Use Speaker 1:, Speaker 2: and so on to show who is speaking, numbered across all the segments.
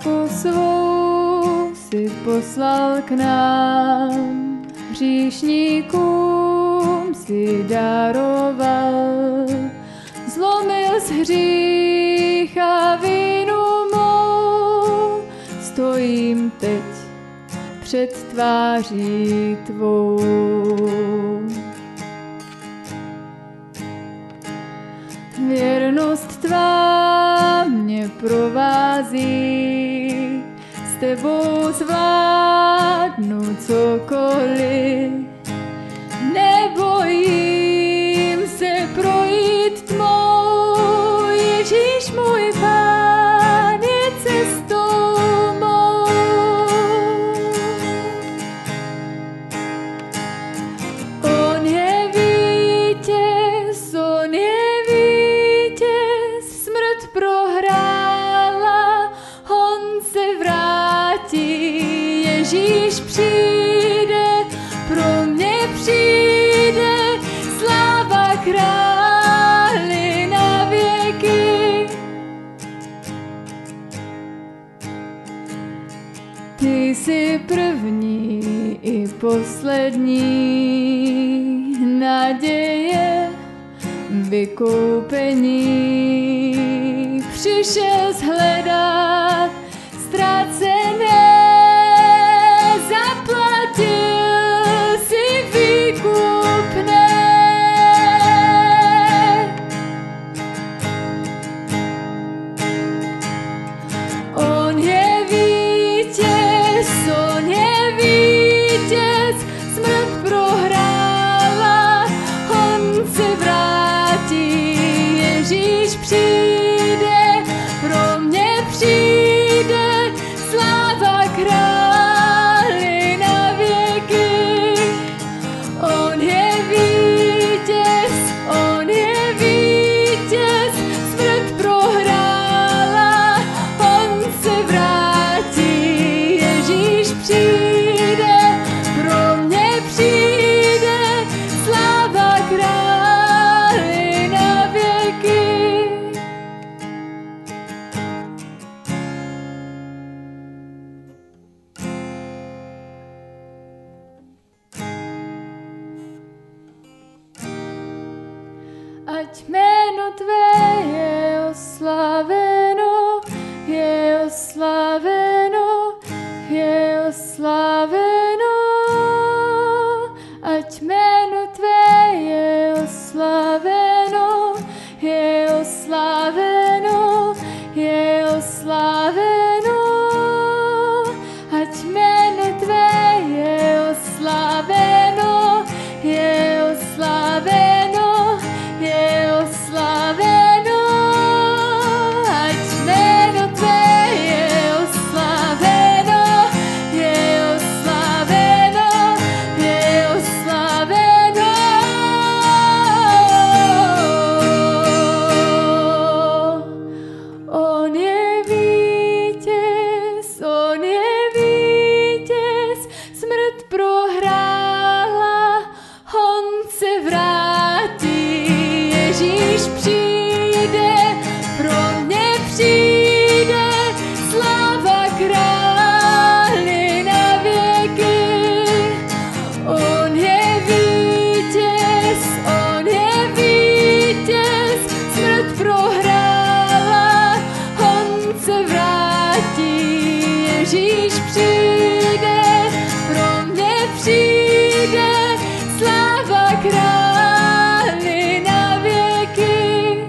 Speaker 1: lásku svou si poslal k nám, hříšníkům si daroval, zlomil z hřícha vinu mou, stojím teď před tváří tvou. Věrnost tvá mě provází, s tebou zvládnu cokoliv. Nebojím se projít tmou, Ježíš můj Pán je cestou mou. On je vítěz, smrt prohrála, on se vrátí, Ježíš přijde, pro mě přijde, sláva králi na věky. Ty jsi první i poslední, naděje vykoupení, přišel shledat ztracené, zaplatil si výkupné. On je vítěz, smrt prohrála, on se vrátí, Ježíš přijde, pro mě přijde, sláva králi na věky. On je vítěz, smrt prohrála, on se vrátí, Ježíš přijde, pro mě přijde, sláva králi na věky. Ať jméno tvé je oslaveno, je oslaveno, je oslaveno. Ať jméno tvé je oslaveno, je oslaveno, je oslaveno. Ať jméno tvé je oslaveno, je oslaveno, je oslaveno. Ať jméno tvé je oslaveno, je oslaveno, je oslaveno. On je vítěz, smrt prohrála, on se vrátí, Ježíš přijde, pro mě přijde, sláva králi na věky. On je vítěz, smrt prohrála, on se vrátí, Ježíš přijde, pro mě přijde, sláva králi na věky.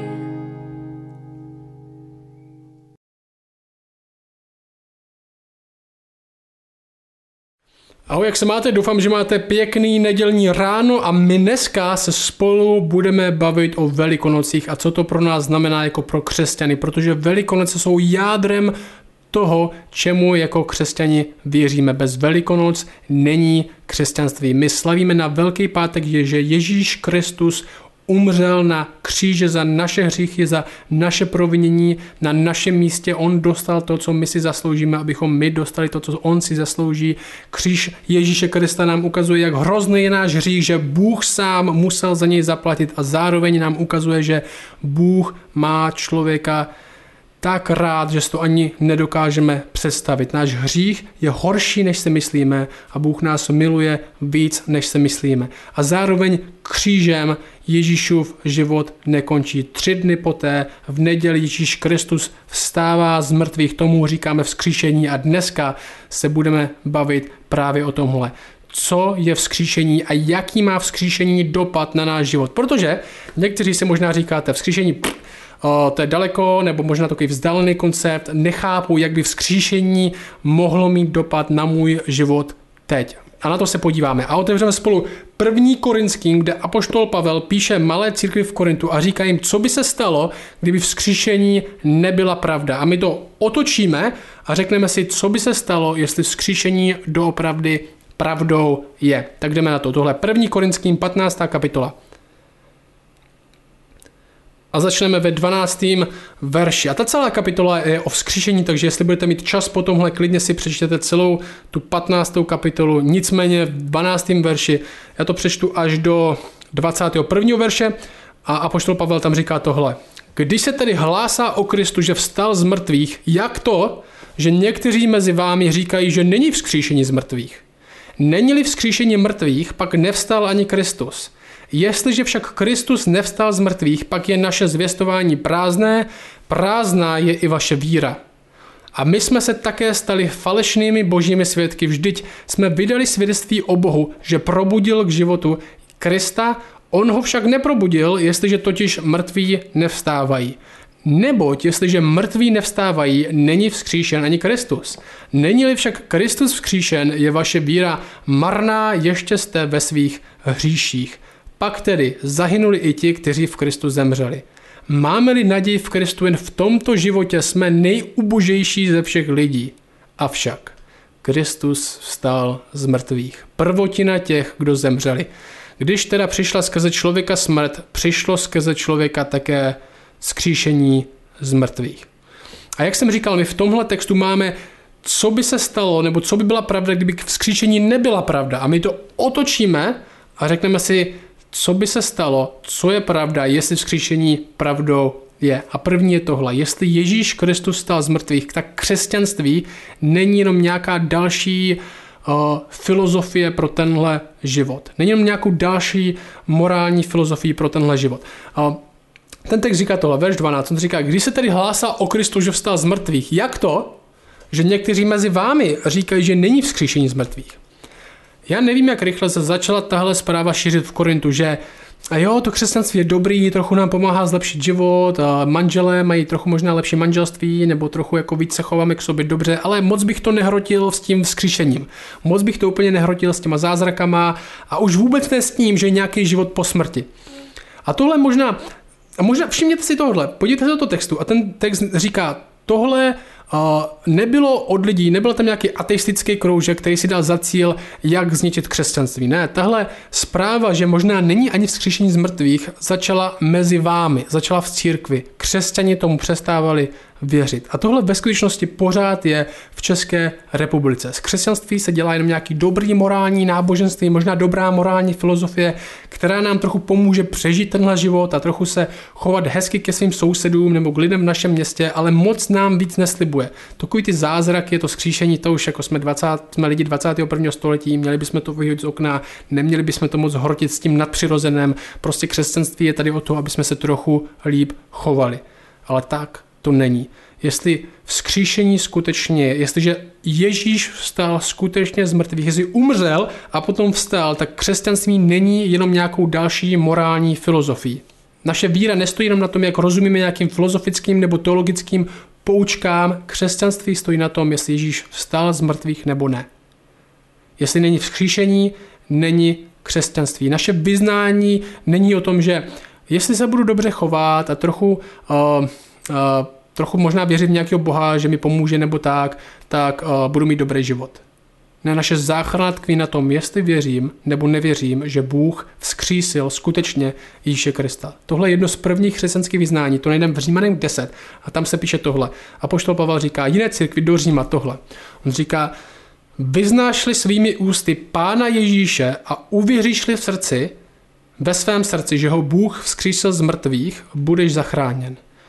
Speaker 2: Ahoj, jak se máte? Doufám, že máte pěkný nedělní ráno a my dneska se spolu budeme bavit o Velikonocích a co to pro nás znamená jako pro křesťany, protože Velikonoce jsou jádrem toho, čemu jako křesťani věříme. Bez Velikonoc není křesťanství. My slavíme na Velký pátek, že Ježíš Kristus umřel na kříži za naše hříchy, za naše provinění, na našem místě. On dostal to, co my si zasloužíme, abychom my dostali to, co on si zaslouží. Kříž Ježíše Krista nám ukazuje, jak hrozný je náš hřích, že Bůh sám musel za něj zaplatit a zároveň nám ukazuje, že Bůh má člověka tak rád, že si to ani nedokážeme představit. Náš hřích je horší, než si myslíme a Bůh nás miluje víc, než si myslíme. A zároveň křížem Ježíšův život nekončí. 3 dny poté v neděli Ježíš Kristus vstává z mrtvých, tomu říkáme vzkříšení a dneska se budeme bavit právě o tomhle. Co je vzkříšení a jaký má vzkříšení dopad na náš život. Protože někteří si možná říkáte, vzkříšení to je daleko, nebo možná takový vzdálený koncept, nechápu, jak by vzkříšení mohlo mít dopad na můj život teď. A na to se podíváme. A otevřeme spolu 1. Korinským, kde apoštol Pavel píše malé církvi v Korintu a říká jim, co by se stalo, kdyby vzkříšení nebyla pravda. A my to otočíme a řekneme si, co by se stalo, jestli vzkříšení doopravdy pravdou je. Tak jdeme na to. Tohle 1. Korinským 15. kapitola. A začneme ve 12. verši. A ta celá kapitola je o vzkříšení, takže jestli budete mít čas po tomhle, klidně si přečtěte celou tu 15. kapitolu. Nicméně v 12. verši, já to přečtu až do 21. verše a apoštol Pavel tam říká tohle. Když se tedy hlásá o Kristu, že vstal z mrtvých, jak to, že někteří mezi vámi říkají, že není vzkříšení z mrtvých? Není-li vzkříšení mrtvých, pak nevstal ani Kristus. Jestliže však Kristus nevstal z mrtvých, pak je naše zvěstování prázdné, prázdná je i vaše víra. A my jsme se také stali falešnými božími svědky, vždyť jsme vydali svědectví o Bohu, že probudil k životu Krista, on ho však neprobudil, jestliže totiž mrtví nevstávají. Neboť jestliže mrtví nevstávají, není vzkříšen ani Kristus. Není-li však Kristus vzkříšen, je vaše víra marná, ještě jste ve svých hříších. Pak tedy zahynuli i ti, kteří v Kristu zemřeli. Máme-li naději v Kristu jen v tomto životě, jsme nejubožejší ze všech lidí. Avšak Kristus vstal z mrtvých. Prvotina těch, kdo zemřeli. Když teda přišla skrze člověka smrt, přišlo skrze člověka také vzkříšení z mrtvých. A jak jsem říkal, my v tomhle textu máme, co by se stalo, nebo co by byla pravda, kdyby vzkříšení nebyla pravda. A my to otočíme a řekneme si, co by se stalo, co je pravda, jestli vzkříšení pravdou je. A první je tohle. Jestli Ježíš Kristus stal z mrtvých, tak křesťanství není jenom nějaká další filozofie pro tenhle život. Není jenom nějakou další morální filozofii pro tenhle život. Ten text říká tohle, verš 12, on říká, když se tedy hlásá o Kristu, že vstal z mrtvých, jak to, že někteří mezi vámi říkají, že není vzkříšení z mrtvých? Já nevím, jak rychle se začala tahle zpráva šířit v Korintu, že a jo, to křesťanství je dobrý, trochu nám pomáhá zlepšit život, a manželé mají trochu možná lepší manželství, nebo trochu jako víc se chováme k sobě dobře, ale moc bych to nehrotil s tím vzkříšením. Moc bych to úplně nehrotil s těma zázrakama a už vůbec ne s tím, že je nějaký život po smrti. A tohle možná všimněte si tohle, podívejte se do toho textu a ten text říká, tohle nebylo od lidí, nebyl tam nějaký ateistický kroužek, který si dal za cíl, jak zničit křesťanství. Ne, tahle zpráva, že možná není ani vzkříšení z mrtvých, začala mezi vámi, začala v církvi. Křesťani tomu přestávali věřit. A tohle ve skutečnosti pořád je v České republice. Z křesťanství se dělá jenom nějaký dobrý morální náboženství, možná dobrá morální filozofie, která nám trochu pomůže přežít tenhle život a trochu se chovat hezky ke svým sousedům nebo k lidem v našem městě, ale moc nám víc neslibuje. Takový ty zázraky, to vzkříšení, to už jako jsme lidi 21. století, měli bychom to vyhodit z okna, neměli bychom to moc hrotit s tím nadpřirozeným. Prostě křesťanství je tady o to, aby jsme se trochu líp chovali. Ale tak to není. Jestli vzkříšení skutečně je, jestliže Ježíš vstal skutečně z mrtvých, jestli umřel a potom vstal, tak křesťanství není jenom nějakou další morální filozofií. Naše víra nestojí jenom na tom, jak rozumíme nějakým filozofickým nebo teologickým poučkám. Křesťanství stojí na tom, jestli Ježíš vstal z mrtvých nebo ne. Jestli není vzkříšení, není křesťanství. Naše vyznání není o tom, že jestli se budu dobře chovat a trochu možná věřit v nějakého Boha, že mi pomůže nebo tak budu mít dobrý život. Ne, naše záchrana tkví na tom, jestli věřím nebo nevěřím, že Bůh vzkřísil skutečně Ježíše Krista. Tohle je jedno z prvních křesťanských vyznání, to najdeme v Římanům 10 a tam se píše tohle. Apoštol Pavel říká, jiné církvi do Říma tohle. On říká, vyznáš-li svými ústy Pána Ježíše a uvěříš-li ve svém srdci, že ho Bůh vzkřísil z mrtvých, budeš zachráněn.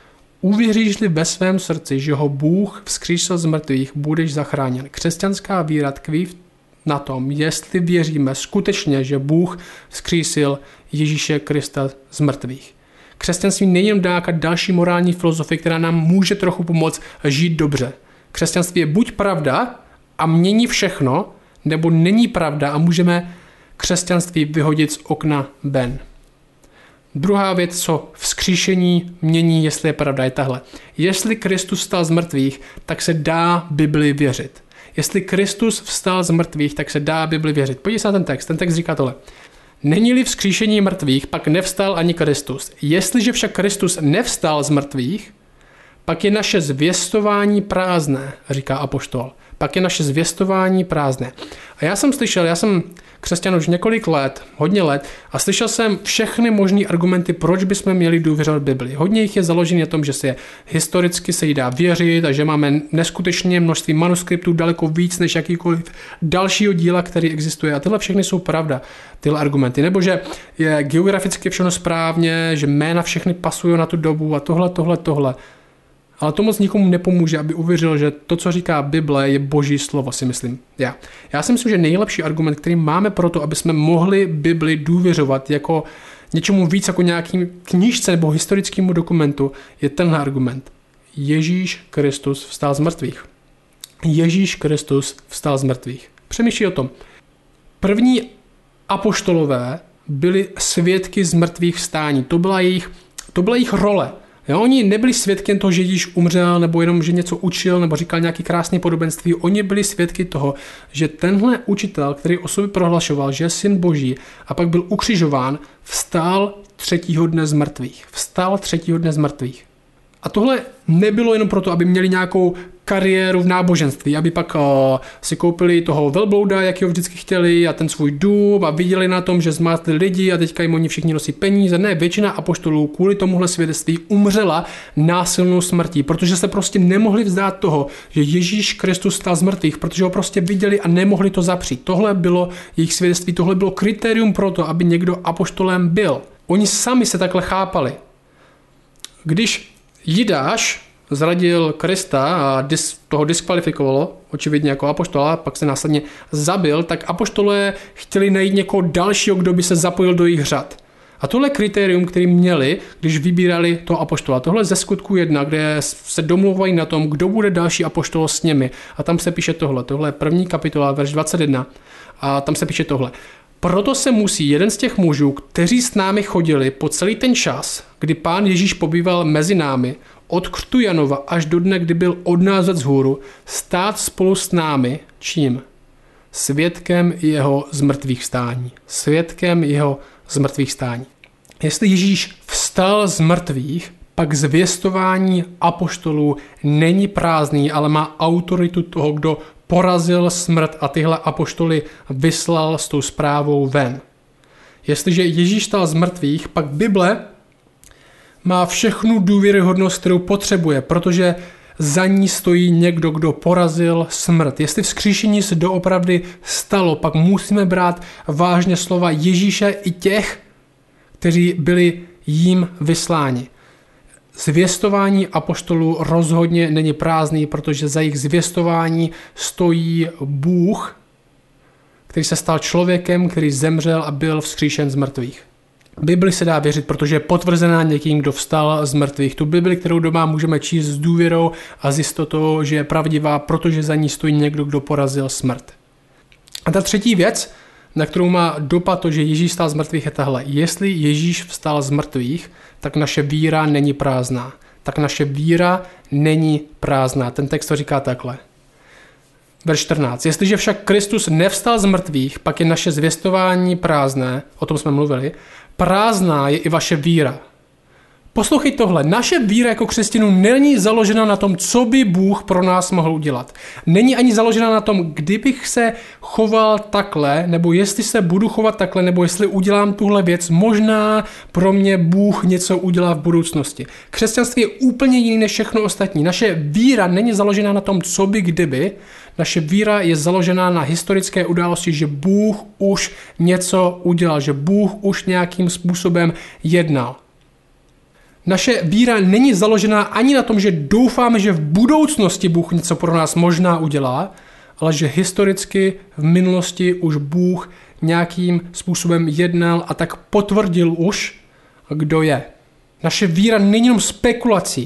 Speaker 2: Uvěříš-li ve svém srdci, že ho Bůh vzkřísil z mrtvých, budeš zachráněn. Křesťanská víra tkví na tom, jestli věříme skutečně, že Bůh vzkřísil Ježíše Krista z mrtvých. Křesťanství není jen nějaká další morální filozofie, která nám může trochu pomoct žít dobře. Křesťanství je buď pravda a mění všechno, nebo není pravda a můžeme křesťanství vyhodit z okna ven. Druhá věc, co vzkříšení mění, jestli je pravda, je tahle. Jestli Kristus vstal z mrtvých, tak se dá Bibli věřit. Jestli Kristus vstal z mrtvých, tak se dá Bibli věřit. Podívej se na ten text. Ten text říká tohle. Není-li vzkříšení mrtvých, pak nevstal ani Kristus. Jestliže však Kristus nevstal z mrtvých, pak je naše zvěstování prázdné, říká apoštol. Pak je naše zvěstování prázdné. A já jsem křesťan už několik let, hodně let, a slyšel jsem všechny možné argumenty, proč bychom měli důvěřovat Bibli. Hodně jich je založený na tom, že se historicky se jí dá věřit a že máme neskutečně množství manuskriptů, daleko víc než jakýkoliv dalšího díla, který existuje. A tyhle všechny jsou pravda, tyhle argumenty. Nebo že je geograficky všechno správně, že jména všechny pasují na tu dobu a tohle. Ale to moc nikomu nepomůže, aby uvěřil, že to, co říká Bible, je boží slovo, si myslím. Já si myslím, že nejlepší argument, který máme pro to, aby jsme mohli Bibli důvěřovat jako něčemu víc, jako nějakým knížce nebo historickému dokumentu, je tenhle argument. Ježíš Kristus vstal z mrtvých. Ježíš Kristus vstal z mrtvých. Přemýšlí o tom. První apoštolové byli svědky z mrtvých vstání. To byla jejich role. Jo, oni nebyli svědky toho, že Ježíš umřel, nebo jenom, že něco učil, nebo říkal nějaké krásné podobenství. Oni byli svědky toho, že tenhle učitel, který o sobě prohlašoval, že je syn Boží, a pak byl ukřižován, vstál třetího dne z mrtvých. A tohle nebylo jenom proto, aby měli nějakou kariéru v náboženství, aby pak si koupili toho velblouda, jak ho vždycky chtěli, a ten svůj dům a viděli na tom, že zmátli lidi a teďka jim oni všichni nosí peníze. Ne, většina apoštolů kvůli tomuhle svědectví umřela násilnou smrtí, protože se prostě nemohli vzdát toho, že Ježíš Kristus vstal z mrtvých, protože ho prostě viděli a nemohli to zapřít. Tohle bylo jejich svědectví, tohle bylo kritérium pro to, aby někdo apoštolem byl. Oni sami se takhle chápali. Když Jidáš zradil Krista a toho diskvalifikovalo, očividně jako apoštola, pak se následně zabil, tak apoštolé chtěli najít někoho dalšího, kdo by se zapojil do jejich řad. A tohle kritérium, který měli, když vybírali toho apoštola, tohle ze Skutku 1, kde se domluvají na tom, kdo bude další apoštol s nimi. A tam se píše tohle je první kapitola, verš 21. A tam se píše tohle. Proto se musí jeden z těch mužů, kteří s námi chodili po celý ten čas, kdy Pán Ježíš pobýval mezi námi, od křtu Janova až do dne, kdy byl od nás vzhůru, stát spolu s námi, čím? Svědkem jeho zmrtvých vstání. Svědkem jeho zmrtvých vstání. Jestli Ježíš vstal z mrtvých, pak zvěstování apoštolů není prázdný, ale má autoritu toho, kdo porazil smrt a tyhle apoštoly vyslal s tou zprávou ven. Jestliže Ježíš vstal z mrtvých, pak Bible má všechnu důvěryhodnost, kterou potřebuje, protože za ní stojí někdo, kdo porazil smrt. Jestli vzkříšení se doopravdy stalo, pak musíme brát vážně slova Ježíše i těch, kteří byli jím vysláni. Zvěstování apoštolů rozhodně není prázdný, protože za jejich zvěstování stojí Bůh, který se stal člověkem, který zemřel a byl vzkříšen z mrtvých. Bibli se dá věřit, protože je potvrzená někým, kdo vstal z mrtvých. Tu Bibli, kterou doma můžeme číst s důvěrou a s jistotou, že je pravdivá, protože za ní stojí někdo, kdo porazil smrt. A ta třetí věc, na kterou má dopad to, že Ježíš vstal z mrtvých, je tahle. Jestli Ježíš vstal z mrtvých, tak naše víra není prázdná. Ten text to říká takhle. Verš 14. Jestliže však Kristus nevstal z mrtvých, pak je naše zvěstování prázdné, o tom jsme mluvili, prázdná je i vaše víra. Poslouchej tohle, naše víra jako křesťanů není založena na tom, co by Bůh pro nás mohl udělat. Není ani založena na tom, kdybych se choval takhle, nebo jestli se budu chovat takhle, nebo jestli udělám tuhle věc, možná pro mě Bůh něco udělá v budoucnosti. Křesťanství je úplně jiný než všechno ostatní. Naše víra není založena na tom, co by kdyby. Naše víra je založená na historické události, že Bůh už něco udělal, že Bůh už nějakým způsobem jednal. Naše víra není založená ani na tom, že doufáme, že v budoucnosti Bůh něco pro nás možná udělá, ale že historicky v minulosti už Bůh nějakým způsobem jednal a tak potvrdil už, kdo je. Naše víra není jenom spekulací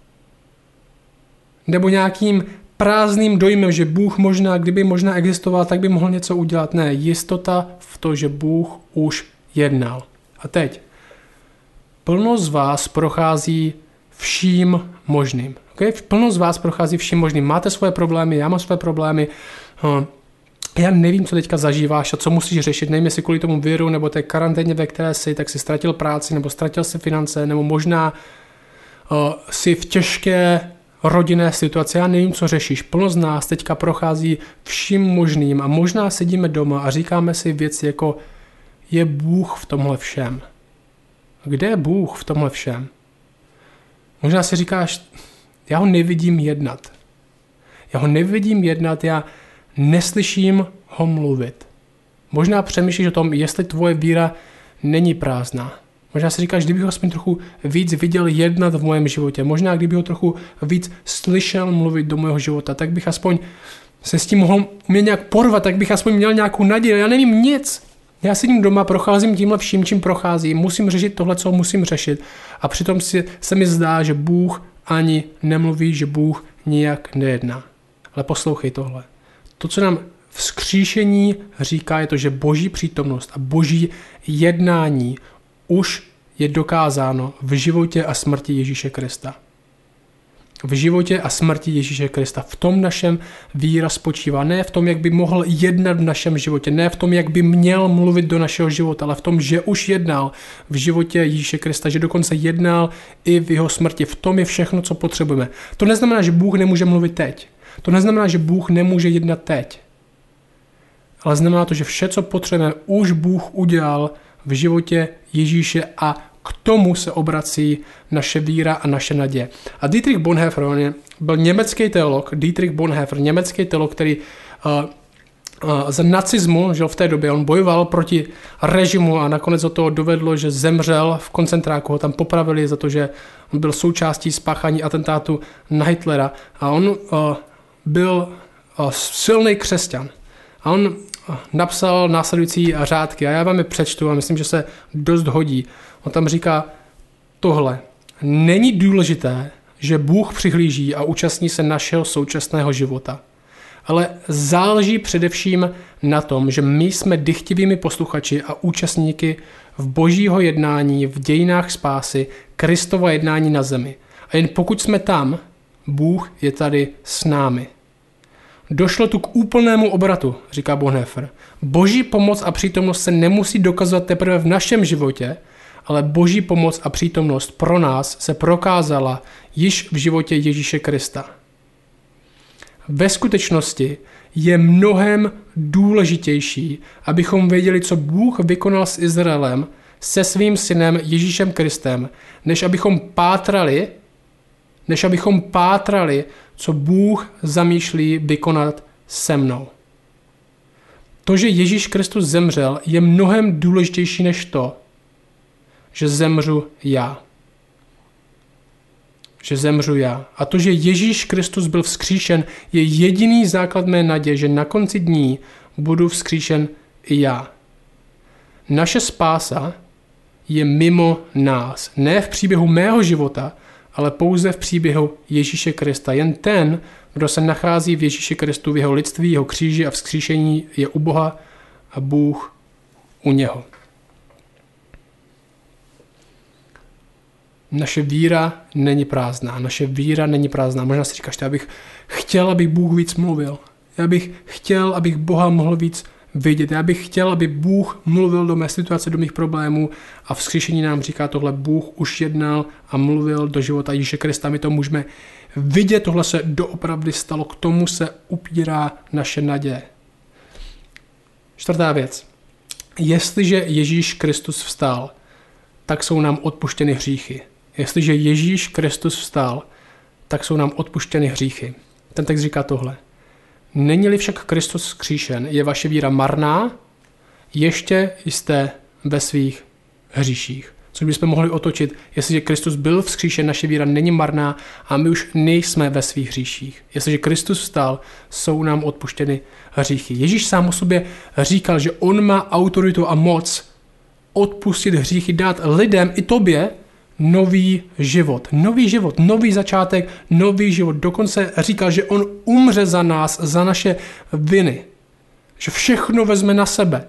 Speaker 2: nebo nějakým prázdným dojmem, že Bůh možná, kdyby možná existoval, tak by mohl něco udělat. Ne, jistota v to, že Bůh už jednal. A teď. Plno z vás prochází vším možným. Okay? Plno z vás prochází vším možným. Máte svoje problémy, já mám svoje problémy. Já nevím, co teďka zažíváš a co musíš řešit. Nevím, jestli kvůli tomu viru nebo té karanténě, ve které jsi, tak si ztratil práci nebo ztratil si finance nebo možná si v těžké rodinné situaci. Já nevím, co řešíš. Plno z nás teďka prochází vším možným a možná sedíme doma a říkáme si věci jako je Bůh v tomhle všem. Kde je Bůh v tomhle všem? Možná si říkáš, já ho nevidím jednat. Já neslyším ho mluvit. Možná přemýšlíš o tom, jestli tvoje víra není prázdná. Možná si říkáš, kdybych ho aspoň trochu víc viděl jednat v mém životě. Možná kdybych ho trochu víc slyšel mluvit do mého života, tak bych aspoň se s tím mohl mě nějak porvat, tak bych aspoň měl nějakou naději. Já nevím nic. Já sedím doma, procházím tímhle vším, čím procházím, musím řešit tohle, co musím řešit a přitom se mi zdá, že Bůh ani nemluví, že Bůh nijak nejedná. Ale poslouchej tohle. To, co nám vzkříšení říká, je to, že Boží přítomnost a Boží jednání už je dokázáno v životě a smrti Ježíše Krista. V životě a smrti Ježíše Krista. V tom našem víra spočívá. Ne v tom, jak by mohl jednat v našem životě. Ne v tom, jak by měl mluvit do našeho života, ale v tom, že už jednal v životě Ježíše Krista. Že dokonce jednal i v jeho smrti. V tom je všechno, co potřebujeme. To neznamená, že Bůh nemůže mluvit teď. To neznamená, že Bůh nemůže jednat teď. Ale znamená to, že vše, co potřebujeme, už Bůh udělal v životě Ježíše a k tomu se obrací naše víra a naše naděje. A Dietrich Bonhoeffer byl německý teolog, který za nacismu žil v té době. On bojoval proti režimu a nakonec o toho dovedlo, že zemřel v koncentráku. Ho tam popravili za to, že on byl součástí spáchání atentátu na Hitlera. A on byl silný křesťan. A on napsal následující řádky a já vám je přečtu a myslím, že se dost hodí. On tam říká tohle. Není důležité, že Bůh přihlíží a účastní se našeho současného života. Ale záleží především na tom, že my jsme dychtivými posluchači a účastníky v Božího jednání, v dějinách spásy, Kristova jednání na zemi. A jen pokud jsme tam, Bůh je tady s námi. Došlo tu k úplnému obratu, říká Bonhoeffer. Boží pomoc a přítomnost se nemusí dokazovat teprve v našem životě, ale Boží pomoc a přítomnost pro nás se prokázala již v životě Ježíše Krista. Ve skutečnosti je mnohem důležitější, abychom věděli, co Bůh vykonal s Izraelem, se svým synem Ježíšem Kristem, než abychom pátrali, co Bůh zamýšlí vykonat se mnou. To, že Ježíš Kristus zemřel, je mnohem důležitější než to, že zemřu já. A to, že Ježíš Kristus byl vzkříšen, je jediný základ mé naděje, že na konci dní budu vzkříšen i já. Naše spása je mimo nás. Ne v příběhu mého života, ale pouze v příběhu Ježíše Krista. Jen ten, kdo se nachází v Ježíši Kristu, v jeho lidství, jeho kříži a vzkříšení, je u Boha a Bůh u něho. Naše víra není prázdná. Možná si říkáš, já bych chtěl, aby Bůh víc mluvil. Já bych chtěl, abych Boha mohl víc vidět. Já bych chtěl, aby Bůh mluvil do mé situace, do mých problémů a vzkříšení nám říká tohle. Bůh už jednal a mluvil do života Ježíše Krista. My to můžeme vidět, tohle se doopravdy stalo, k tomu se upírá naše naděje. 4. věc. Jestliže Ježíš Kristus vstal, tak jsou nám odpuštěny hříchy. Jestliže Ježíš Kristus vstal, tak jsou nám odpuštěny hříchy. Ten text říká tohle. Není-li však Kristus vzkříšen, je vaše víra marná, ještě jste ve svých hříších. což bychom mohli otočit, jestliže Kristus byl vzkříšen, naše víra není marná a my už nejsme ve svých hříších. Jestliže Kristus vstal, jsou nám odpuštěny hříchy. Ježíš sám o sobě říkal, že on má autoritu a moc odpustit hříchy, dát lidem i tobě nový život, nový začátek, nový život. Dokonce říkal, že on umře za nás, za naše viny, že všechno vezme na sebe.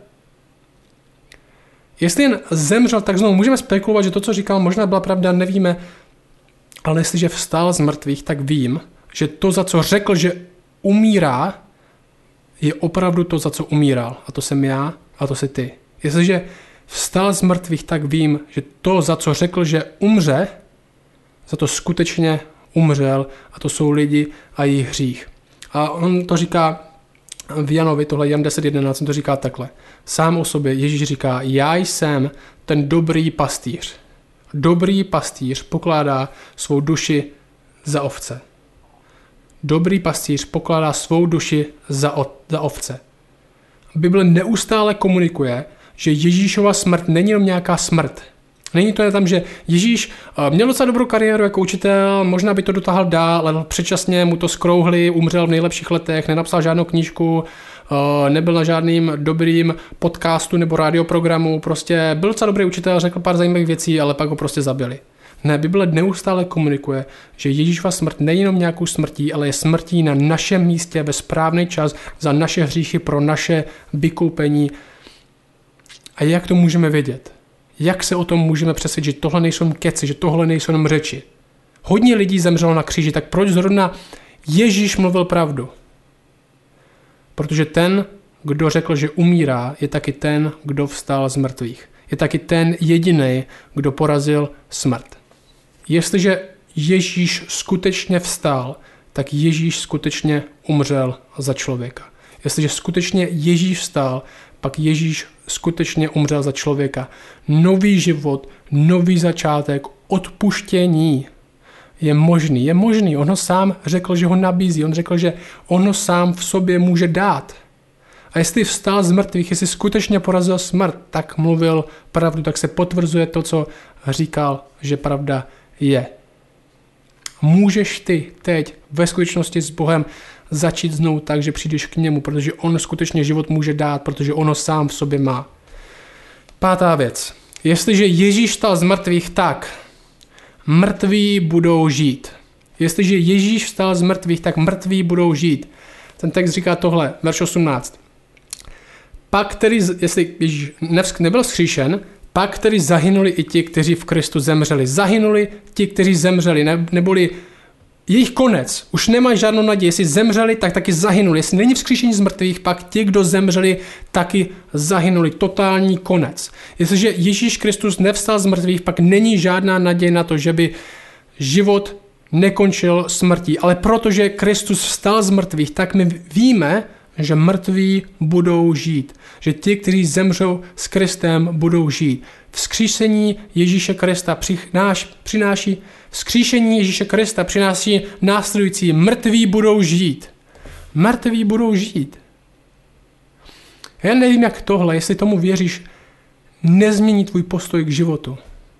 Speaker 2: Jestli jen zemřel, tak znovu můžeme spekulovat, že to, co říkal, možná byla pravda, nevíme, ale jestliže vstal z mrtvých, tak vím, že to, za co řekl, že umírá, je opravdu to, za co umíral. A to jsem já a to jsi ty. Jestliže vstal z mrtvých, tak vím, že to, za co řekl, že umře, za to skutečně umřel a to jsou lidi a jejich hřích. A on to říká v Janovi, tohle Jan 10.11, on to říká takhle. Sám o sobě Ježíš říká, já jsem ten dobrý pastýř. Dobrý pastýř pokládá svou duši za ovce. Dobrý pastýř pokládá svou duši za ovce. Bible neustále komunikuje, že Ježíšova smrt není jenom nějaká smrt. Není to tam, že Ježíš měl docela dobrou kariéru jako učitel, možná by to dotáhl dál, ale předčasně mu to skrouhli, umřel v nejlepších letech, nenapsal žádnou knížku, nebyl na žádným dobrým podcastu nebo radioprogramu, prostě byl docela dobrý učitel, řekl pár zajímavých věcí, ale pak ho prostě zabili. Ne, Bible neustále komunikuje, že Ježíšova smrt není jenom nějakou smrtí, ale je smrtí na našem místě ve správný čas za naše hříchy, pro naše vykoupení. A jak to můžeme vědět? Jak se o tom můžeme přesvědčit, že tohle nejsou keci, že tohle nejsou jenom řeči? Hodně lidí zemřelo na kříži, tak proč zrovna Ježíš mluvil pravdu? Protože ten, kdo řekl, že umírá, je taky ten, kdo vstal z mrtvých. Je taky ten jediný, kdo porazil smrt. Jestliže Ježíš skutečně vstal, tak Ježíš skutečně umřel za člověka. Jestliže skutečně Ježíš vstal, pak Ježíš skutečně umřel za člověka. Nový život, nový začátek, odpuštění je možný. On ho sám řekl, že ho nabízí. On řekl, že on ho sám v sobě může dát. A jestli vstal z mrtvých, jestli skutečně porazil smrt, tak mluvil pravdu, tak se potvrzuje to, co říkal, že pravda je. Můžeš ty teď ve skutečnosti s Bohem začít znovu tak, že přijdeš k němu, protože on skutečně život může dát, protože on ho sám v sobě má. 5. věc. Jestliže Ježíš vstal z mrtvých, tak mrtví budou žít. Jestliže Ježíš vstal z mrtvých, tak mrtví budou žít. Ten text říká tohle, verš 18. Pak, jestli Ježíš nebyl vzkříšen, pak tedy zahynuli i ti, kteří v Kristu zemřeli. Zahynuli ti, kteří zemřeli, neboli jejich konec. Už nemají žádnou naději. Jestli zemřeli, tak taky zahynuli. Jestli není vzkříšení z mrtvých, pak ti, kdo zemřeli, taky zahynuli. Totální konec. Jestliže Ježíš Kristus nevstal z mrtvých, pak není žádná naděje na to, že by život nekončil smrtí. Ale protože Kristus vstal z mrtvých, tak my víme, že mrtví budou žít. Že ti, kteří zemřou s Kristem, budou žít. Vzkříšení Ježíše Krista přináší vzkříšení Ježíše Krista přináší následující. Mrtví budou žít. Mrtví budou žít. Já nevím, jak tohle, jestli tomu věříš, nezmění tvůj postoj k životu.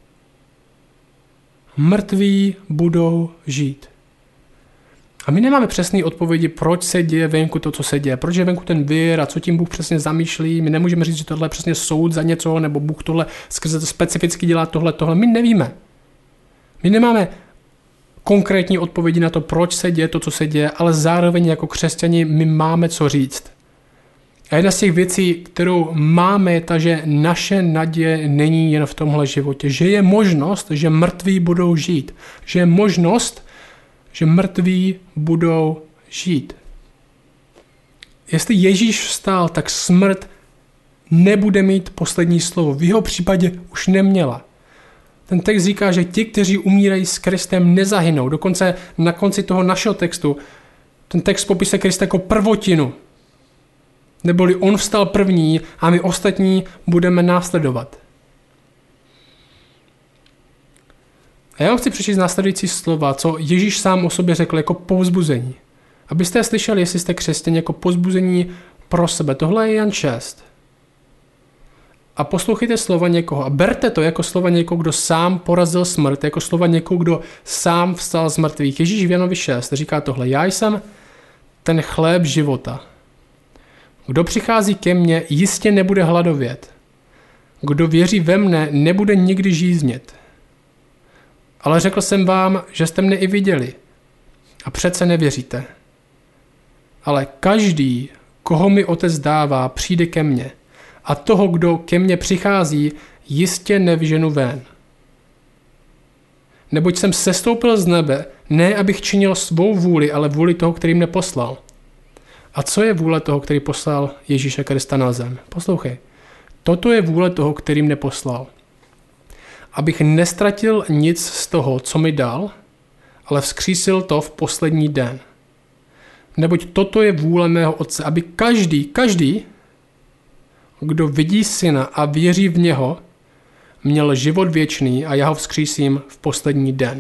Speaker 2: Mrtví budou žít. A my nemáme přesné odpovědi, proč se děje venku to, co se děje. Proč je venku ten vir a co tím Bůh přesně zamýšlí. My nemůžeme říct, že tohle je přesně soud za něco, nebo Bůh tohle skrze to specificky dělá tohle. My nevíme. My nemáme konkrétní odpovědi na to, proč se děje to, co se děje, ale zároveň jako křesťani my máme co říct. A jedna z těch věcí, kterou máme, je ta, že naše naděje není jen v tomhle životě. Že je možnost, že mrtví budou žít. Že je možnost, že mrtví budou žít. Jestli Ježíš vstal, tak smrt nebude mít poslední slovo. V jeho případě už neměla. Ten text říká, že ti, kteří umírají s Kristem, nezahynou. Dokonce na konci toho našeho textu ten text popisuje Krista jako prvotinu. Neboli on vstal první a my ostatní budeme následovat. A já vám chci přečíst následující slova, co Ježíš sám o sobě řekl jako povzbuzení. Abyste slyšeli, jestli jste křesťané, jako povzbuzení pro sebe. Tohle je Jan 6. a poslouchejte slova někoho a berte to jako slova někoho, kdo sám porazil smrt, jako slova někoho, kdo sám vstal z mrtvých. Ježíš v Janovi 6 říká tohle: já jsem ten chléb života. Kdo přichází ke mně, jistě nebude hladovět. Kdo věří ve mne, nebude nikdy žíznět. Ale řekl jsem vám, že jste mne i viděli. A přece nevěříte. Ale každý, koho mi Otec dává, přijde ke mně. A toho, kdo ke mně přichází, jistě nevyženu ven. Neboť jsem sestoupil z nebe, ne abych činil svou vůli, ale vůli toho, který mne poslal. A co je vůle toho, který poslal Ježíše Krista na zem? Poslouchej. Toto je vůle toho, který mne poslal. Abych nestratil nic z toho, co mi dal, ale vzkřísil to v poslední den. Neboť toto je vůle mého Otce, aby každý, kdo vidí Syna a věří v něho, měl život věčný a já ho vzkřísím v poslední den.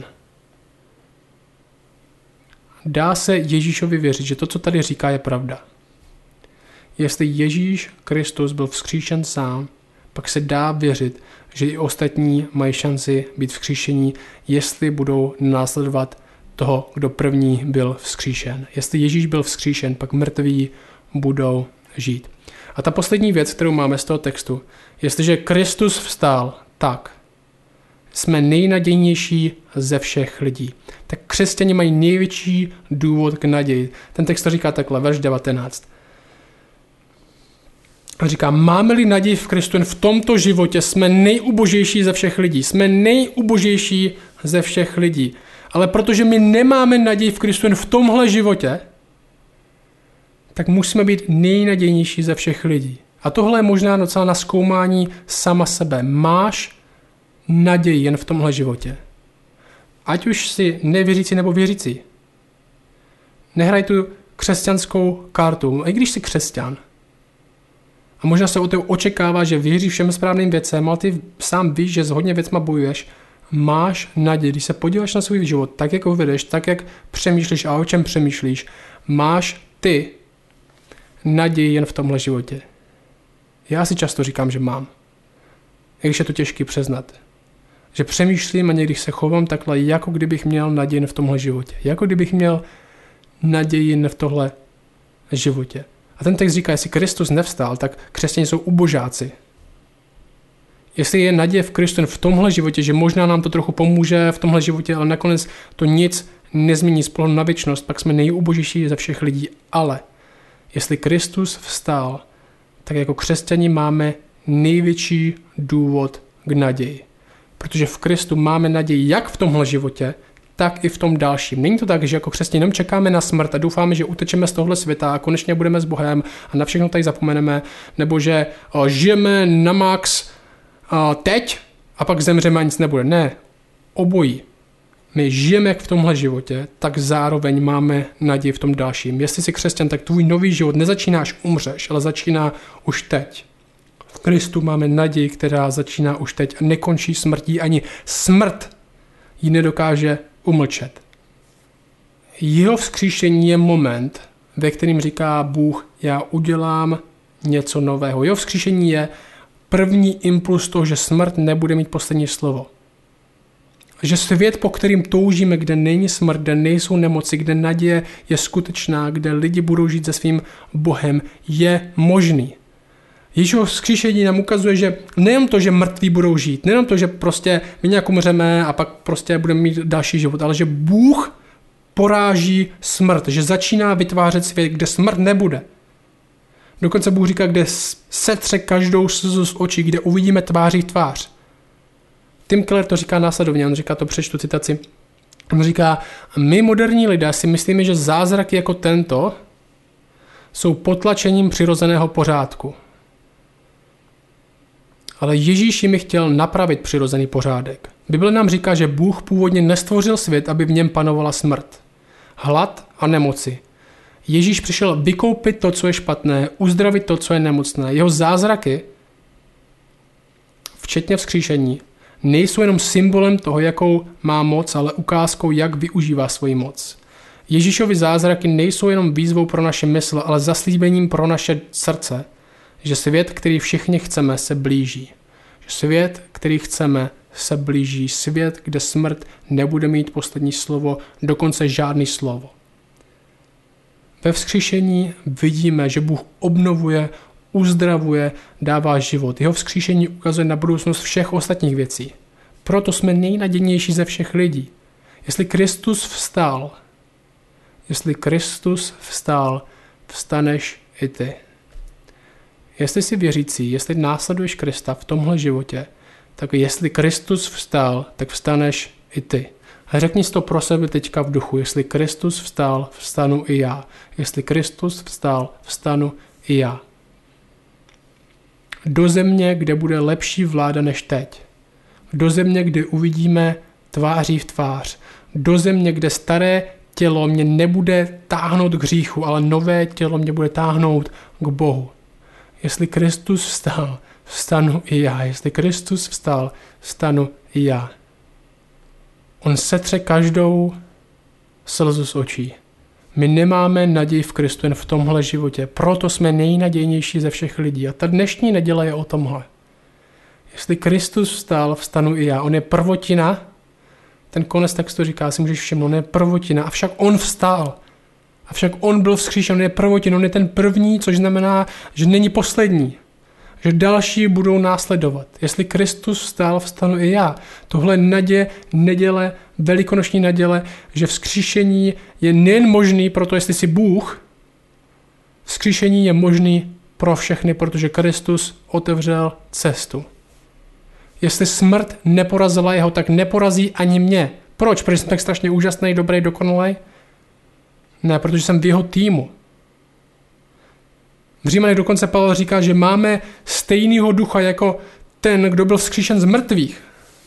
Speaker 2: Dá se Ježíšovi věřit, že to, co tady říká, je pravda. Jestli Ježíš Kristus byl vzkříšen sám, pak se dá věřit, že i ostatní mají šanci být vzkříšení, jestli budou následovat toho, kdo první byl vzkříšen. Jestli Ježíš byl vzkříšen, pak mrtví budou žít. A ta poslední věc, kterou máme z toho textu, jestliže Kristus vstál, tak jsme nejnadějnější ze všech lidí. Tak křesťané mají největší důvod k naději. Ten text to říká takhle, verš 19. A říká, máme-li naději v Kristu, jen v tomto životě jsme nejubožejší ze všech lidí. Jsme nejubožejší ze všech lidí. Ale protože my nemáme naději v Kristu jen v tomhle životě, tak musíme být nejnadějnější ze všech lidí. A tohle je možná docela na zkoumání sama sebe. Máš naději jen v tomhle životě. Ať už jsi nevěřící nebo věřící. Nehraj tu křesťanskou kartu, i když jsi křesťan. A možná se od tebe očekává, že věříš všem správným věcem, ale ty sám víš, že s hodně věcma bojuješ. Máš naději, když se podíváš na svůj život, tak jak ho vedeš, tak jak přemýšlíš a o čem přemýšlíš, máš ty naději jen v tomhle životě. Já si často říkám, že mám. I když je to těžké přiznat. Že přemýšlím a někdy se chovám takhle, jako kdybych měl naději jen v tomhle životě. Jako kdybych měl naději jen v tohle životě. A ten text říká, jestli Kristus nevstal, tak křesťané jsou ubožáci. Jestli je naděje v Kristu jen v tomhle životě, že možná nám to trochu pomůže v tomhle životě, ale nakonec to nic nezmění z pohledu na věčnost, pak jsme nejubožější ze všech lidí. Ale jestli Kristus vstal, tak jako křesťani máme největší důvod k naději. Protože v Kristu máme naději jak v tomhle životě, tak i v tom dalším. Není to tak, že jako křesťané jenom čekáme na smrt a doufáme, že utečeme z tohle světa a konečně budeme s Bohem a na všechno tady zapomeneme, nebo že žijeme na max teď a pak zemřeme a nic nebude. Ne, obojí. My žijeme jak v tomhle životě, tak zároveň máme naději v tom dalším. Jestli jsi křesťan, tak tvůj nový život nezačíná, až umřeš, ale začíná už teď. V Kristu máme naději, která začíná už teď a nekončí smrtí, ani smrt ji nedokáže umlčet. Jeho vzkříšení je moment, ve kterým říká Bůh, já udělám něco nového. Jeho vzkříšení je první impuls toho, že smrt nebude mít poslední slovo. Že svět, po kterým toužíme, kde není smrt, kde nejsou nemoci, kde naděje je skutečná, kde lidi budou žít se svým Bohem, je možný. Ježíšovo vzkříšení nám ukazuje, že nejen to, že mrtví budou žít, nejen to, že prostě my nějak umřeme a pak prostě budeme mít další život, ale že Bůh poráží smrt, že začíná vytvářet svět, kde smrt nebude. Dokonce Bůh říká, kde setře každou slzu z očí, kde uvidíme tváří tvář. Tim Keller to říká následovně, on říká, to přečtu citaci. On říká, my moderní lidé si myslíme, že zázraky jako tento jsou potlačením přirozeného pořádku. Ale Ježíš jimi chtěl napravit přirozený pořádek. Bible nám říká, že Bůh původně nestvořil svět, aby v něm panovala smrt, hlad a nemoci. Ježíš přišel vykoupit to, co je špatné, uzdravit to, co je nemocné. Jeho zázraky, včetně vzkříšení, nejsou jenom symbolem toho, jakou má moc, ale ukázkou, jak využívá svoji moc. Ježíšovy zázraky nejsou jenom výzvou pro naše mysl, ale zaslíbením pro naše srdce, že svět, který všichni chceme, se blíží. Že svět, který chceme, se blíží. Svět, kde smrt nebude mít poslední slovo, dokonce žádný slovo. Ve vzkříšení vidíme, že Bůh obnovuje, uzdravuje, dává život. Jeho vzkříšení ukazuje na budoucnost všech ostatních věcí. Proto jsme nejnadějnější ze všech lidí. Jestli Kristus vstal, vstaneš i ty. Jestli jsi věřící, jestli následuješ Krista v tomhle životě, tak jestli Kristus vstal, tak vstaneš i ty. A řekni si to pro sebe teďka v duchu. Jestli Kristus vstal, vstanu i já. Jestli Kristus vstal, vstanu i já. Do země, kde bude lepší vláda než teď. Do země, kde uvidíme tváří v tvář. Do země, kde staré tělo mě nebude táhnout k hříchu, ale nové tělo mě bude táhnout k Bohu. Jestli Kristus vstal, vstanu i já. Jestli Kristus vstal, vstanu i já. On setře každou slzu z očí. My nemáme naději v Kristu jen v tomhle životě, proto jsme nejnadějnější ze všech lidí. A ta dnešní neděle je o tomhle. Jestli Kristus vstal, vstanu i já. On je prvotina, ten konec textu říká, si můžeš všimnout, on je prvotina, avšak on vstal. Avšak on byl vzkříšen, on je prvotina, on je ten první, což znamená, že není poslední. Že další budou následovat. Jestli Kristus vstal, vstanu i já. Tohle neděle, velikonoční neděle, že vzkříšení je nejen možný pro to, jestli jsi Bůh, vzkříšení je možný pro všechny, protože Kristus otevřel cestu. Jestli smrt neporazila jeho, tak neporazí ani mě. Proč? Protože jsem tak strašně úžasný, dobrý, dokonalý? Ne, protože jsem v jeho týmu. V Římanech dokonce Pavel říká, že máme stejného ducha jako ten, kdo byl vzkříšen z mrtvých.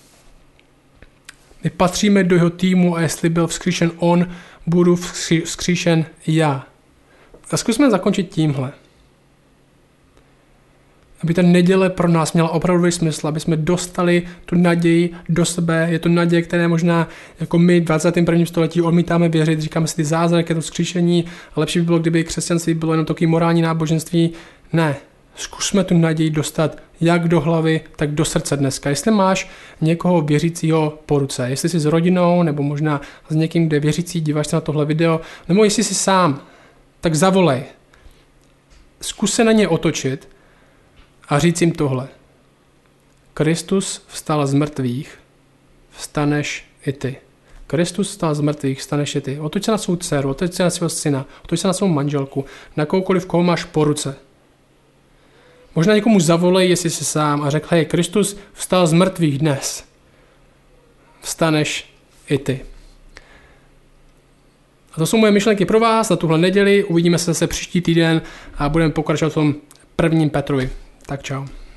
Speaker 2: My patříme do jeho týmu a jestli byl vzkříšen on, budu vzkříšen já. A zkusme zakončit tímhle. Aby ta neděle pro nás měla opravdový smysl, aby jsme dostali tu naději do sebe. Je to naděje, které možná jako my v 21. století odmítáme věřit, říkáme si ty zázraky, to vzkříšení, a lepší by bylo, kdyby křesťanství bylo jenom takový morální náboženství. Ne, zkusme tu naději dostat jak do hlavy, tak do srdce dneska. Jestli máš někoho věřícího po ruce, jestli jsi s rodinou, nebo možná s někým, kde věřící, díváš se na tohle video, nebo jestli jsi sám, tak zavolej. Zkus se na ně otočit a říct jim tohle. Kristus vstal z mrtvých, vstaneš i ty. Kristus vstal z mrtvých, vstaneš i ty. Otoč se na svou dceru, otoč se na svého syna, otoč se na svou manželku, na kohokoliv, koho máš po ruce. Možná někomu zavolej, jestli jsi sám, a řekl, hej, Kristus vstal z mrtvých dnes. Vstaneš i ty. A to jsou moje myšlenky pro vás na tuhle neděli. Uvidíme se zase příští týden a budeme pokračovat v tom 1. Petrovi. Tak čau.